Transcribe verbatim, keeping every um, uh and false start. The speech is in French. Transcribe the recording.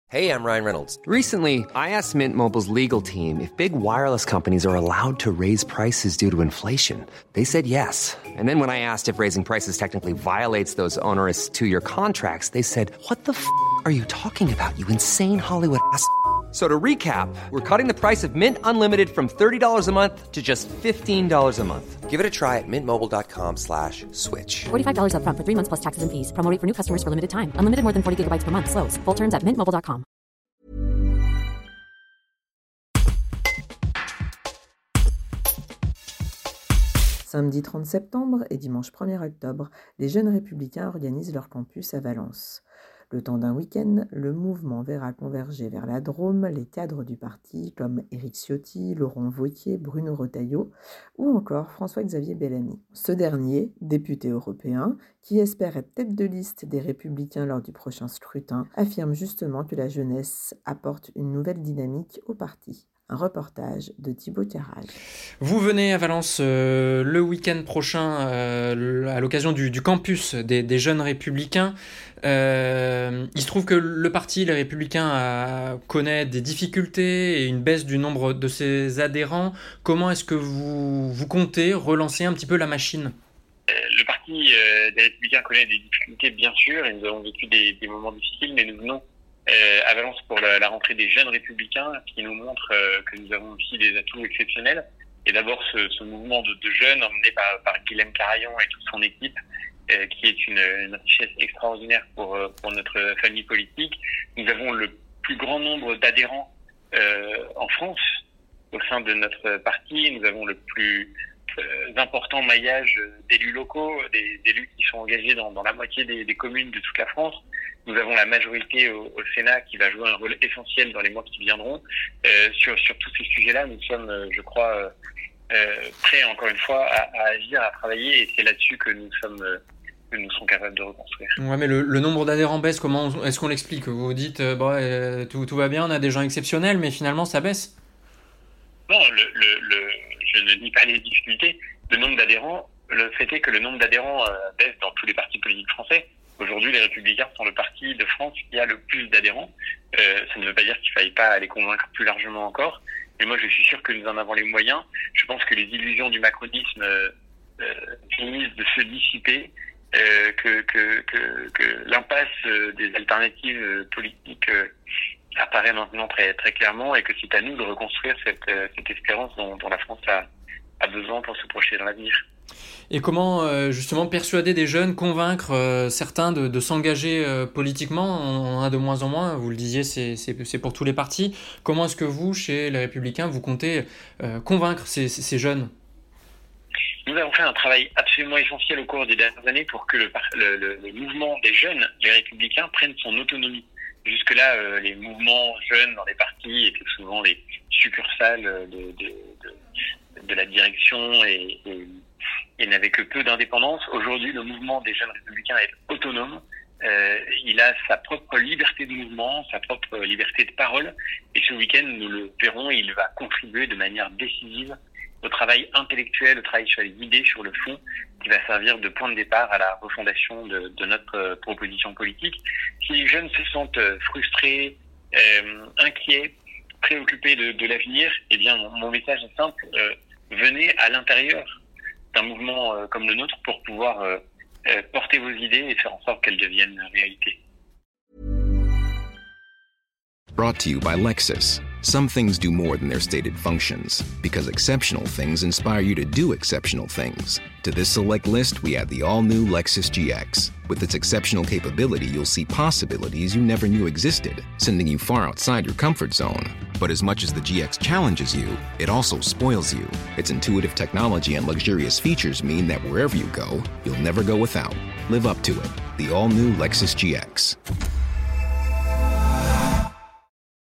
Hey, I'm Ryan Reynolds. Recently, I asked Mint Mobile's legal team if big wireless companies are allowed to raise prices due to inflation. They said yes. And then when I asked if raising prices technically violates those onerous two-year contracts, they said, what the f*** are you talking about, you insane Hollywood ass f- So to recap, we're cutting the price of Mint Unlimited from thirty dollars a month to just fifteen dollars a month. Give it a try at mintmobile.com slash switch. forty-five dollars up front for three months plus taxes and fees. Promo rate for new customers for limited time. Unlimited more than forty gigabytes per month. Slows full terms at mint mobile dot com. Samedi trente septembre et dimanche premier octobre, les jeunes républicains organisent leur campus à Valence. Le temps d'un week-end, le mouvement verra converger vers la Drôme les cadres du parti comme Éric Ciotti, Laurent Wauquiez, Bruno Retailleau ou encore François-Xavier Bellamy. Ce dernier, député européen, qui espère être tête de liste des Républicains lors du prochain scrutin, affirme justement que la jeunesse apporte une nouvelle dynamique au parti. Un reportage de Thibaut Carrage. Vous venez à Valence euh, le week-end prochain euh, à l'occasion du, du campus des, des jeunes républicains. Euh, il se trouve que le parti, les Républicains, a, connaît des difficultés et une baisse du nombre de ses adhérents. Comment est-ce que vous, vous comptez relancer un petit peu la machine ? Le parti euh, des Républicains connaît des difficultés, bien sûr, et nous avons vécu des, des moments difficiles, mais nous venons Euh, à Valence pour la, la rentrée des jeunes républicains, ce qui nous montre euh, que nous avons aussi des atouts exceptionnels. Et d'abord ce, ce mouvement de, de jeunes emmené par, par Guilhem Carayon et toute son équipe, euh, qui est une, une richesse extraordinaire pour, pour notre famille politique. Nous avons le plus grand nombre d'adhérents euh, en France au sein de notre parti. Nous avons le plus euh, important maillage d'élus locaux, des, d'élus qui sont engagés dans, dans la moitié des, des communes de toute la France. Nous avons la majorité au, au Sénat qui va jouer un rôle essentiel dans les mois qui viendront. Euh, sur, sur tous ces sujets-là, nous sommes, je crois, euh, prêts, encore une fois, à, à agir, à travailler, et c'est là-dessus que nous sommes, que nous sommes capables de reconstruire. Ouais, mais le, le nombre d'adhérents baisse, comment est-ce qu'on l'explique ? Vous dites, euh, bon, euh, tout, tout va bien, on a des gens exceptionnels, mais finalement, ça baisse ? Non, le, le, le, je ne nie pas les difficultés. Le nombre d'adhérents, le fait est que le nombre d'adhérents euh, baisse dans tous les partis politiques français. Aujourd'hui, les Républicains sont le parti de France qui a le plus d'adhérents. Euh, ça ne veut pas dire qu'il ne faille pas les convaincre plus largement encore. Mais moi, je suis sûr que nous en avons les moyens. Je pense que les illusions du macronisme euh, euh, finissent de se dissiper, euh, que, que, que, que l'impasse euh, des alternatives euh, politiques euh, apparaît maintenant très, très clairement, et que c'est à nous de reconstruire cette, euh, cette espérance dont, dont la France a, a besoin pour se projeter dans l'avenir. Et comment euh, justement persuader des jeunes, convaincre euh, certains de, de s'engager euh, politiquement ? On en a de moins en moins, vous le disiez, c'est, c'est, c'est pour tous les partis. Comment est-ce que vous, chez les Républicains, vous comptez euh, convaincre ces, ces, ces jeunes ? Nous avons fait un travail absolument essentiel au cours des dernières années pour que le, le, le, le mouvement des jeunes, les Républicains, prenne son autonomie. Jusque-là, euh, les mouvements jeunes dans les partis étaient souvent les succursales de, de, de, de la direction et, et et n'avait que peu d'indépendance. Aujourd'hui, le mouvement des jeunes républicains est autonome. Euh, il a sa propre liberté de mouvement, sa propre liberté de parole. Et ce week-end, nous le verrons, il va contribuer de manière décisive au travail intellectuel, au travail sur les idées, sur le fond, qui va servir de point de départ à la refondation de, de notre proposition politique. Si les jeunes se sentent frustrés, euh, inquiets, préoccupés de, de l'avenir, eh bien, mon, mon message est simple. Euh, venez à l'intérieur d'un mouvement euh, comme le nôtre pour pouvoir euh, euh, porter vos idées et faire en sorte qu'elles deviennent réalité. Brought to you by Lexus. Some things do more than their stated functions, because exceptional things inspire you to do exceptional things. To this select list, we add the all-new Lexus G X. With its exceptional capability, you'll see possibilities you never knew existed, sending you far outside your comfort zone. But as much as the G X challenges you, it also spoils you. Its intuitive technology and luxurious features mean that wherever you go, you'll never go without. Live up to it. The all-new Lexus G X.